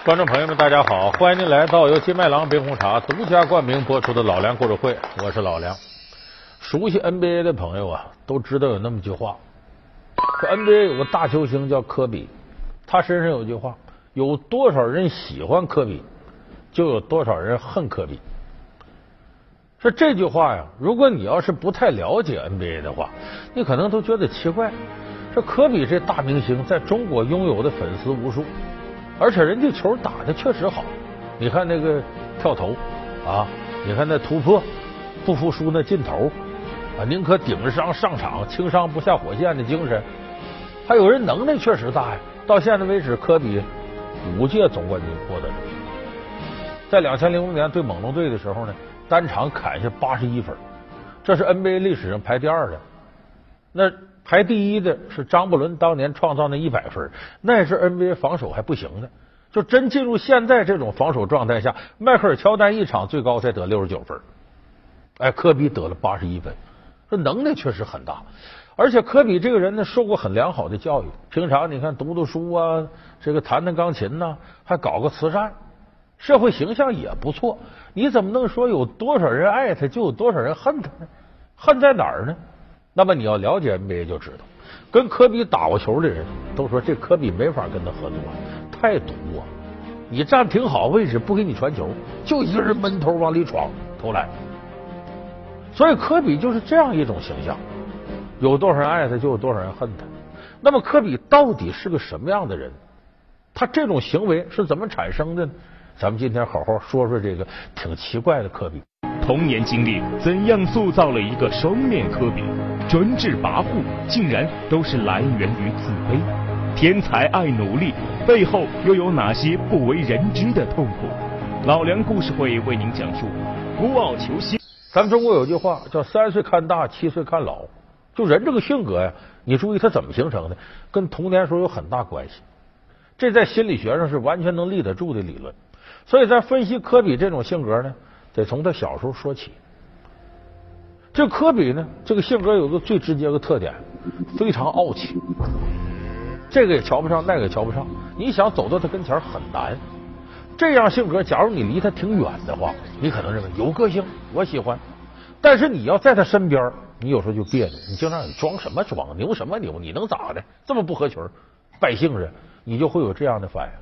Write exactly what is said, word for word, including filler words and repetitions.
观众朋友们，大家好，欢迎您来到由金麦郎冰红茶独家冠名播出的老梁故事会，我是老梁。熟悉 N B A 的朋友啊，都知道有那么句话，说 N B A 有个大球星叫科比，他身上有句话，有多少人喜欢科比，就有多少人恨科比。说这句话呀，如果你要是不太了解 N B A 的话，你可能都觉得奇怪。说科比这大明星在中国拥有的粉丝无数，而且人家球打的确实好。你看那个跳投啊，你看那突破，不服输那劲头啊，宁可顶伤上场，轻伤不下火线的精神。还有人能耐确实大呀。到现在为止，科比五届总冠军获得者，在两千零五年对猛龙队的时候呢，单场砍下八十一分，这是 N B A 历史上排第二的。那排第一的是张伯伦当年创造那一百分，那是 N B A 防守还不行的。就真进入现在这种防守状态下，迈克尔乔丹一场最高才得六十九分，哎，科比得了八十一分，这能耐确实很大。而且科比这个人呢，受过很良好的教育，平常你看读读书啊，这个弹弹钢琴呐、啊，还搞个慈善，社会形象也不错。你怎么能说有多少人爱他就有多少人恨他呢？恨在哪儿呢？那么你要了解 N B A 就知道，跟科比打过球的人都说这科比没法跟他合作，太毒啊！你站挺好位置不给你传球，就一个人闷头往里闯投篮。所以科比就是这样一种形象，有多少人爱他就有多少人恨他。那么科比到底是个什么样的人？他这种行为是怎么产生的呢？咱们今天好好说说这个挺奇怪的科比。 童年经历怎样塑造了一个双面科比？专制跋扈竟然都是来源于自卑。天才爱努力，背后又有哪些不为人知的痛苦？老梁故事会为您讲述孤傲求新。 咱们中国有句话叫三岁看大，七岁看老。就人这个性格呀，你注意他怎么形成的，跟童年时候有很大关系。这在心理学上是完全能立得住的理论。所以在分析科比这种性格呢，得从他小时候说起。这科比呢，这个性格有个最直接的特点，非常傲气，这个也瞧不上，那个也瞧不上，你想走到他跟前很难。这样性格，假如你离他挺远的话，你可能认为有个性，我喜欢。但是你要在他身边，你有时候就别扭，你经常你装什么装，牛什么牛，你能咋的？这么不合群，败兴人，你就会有这样的反应。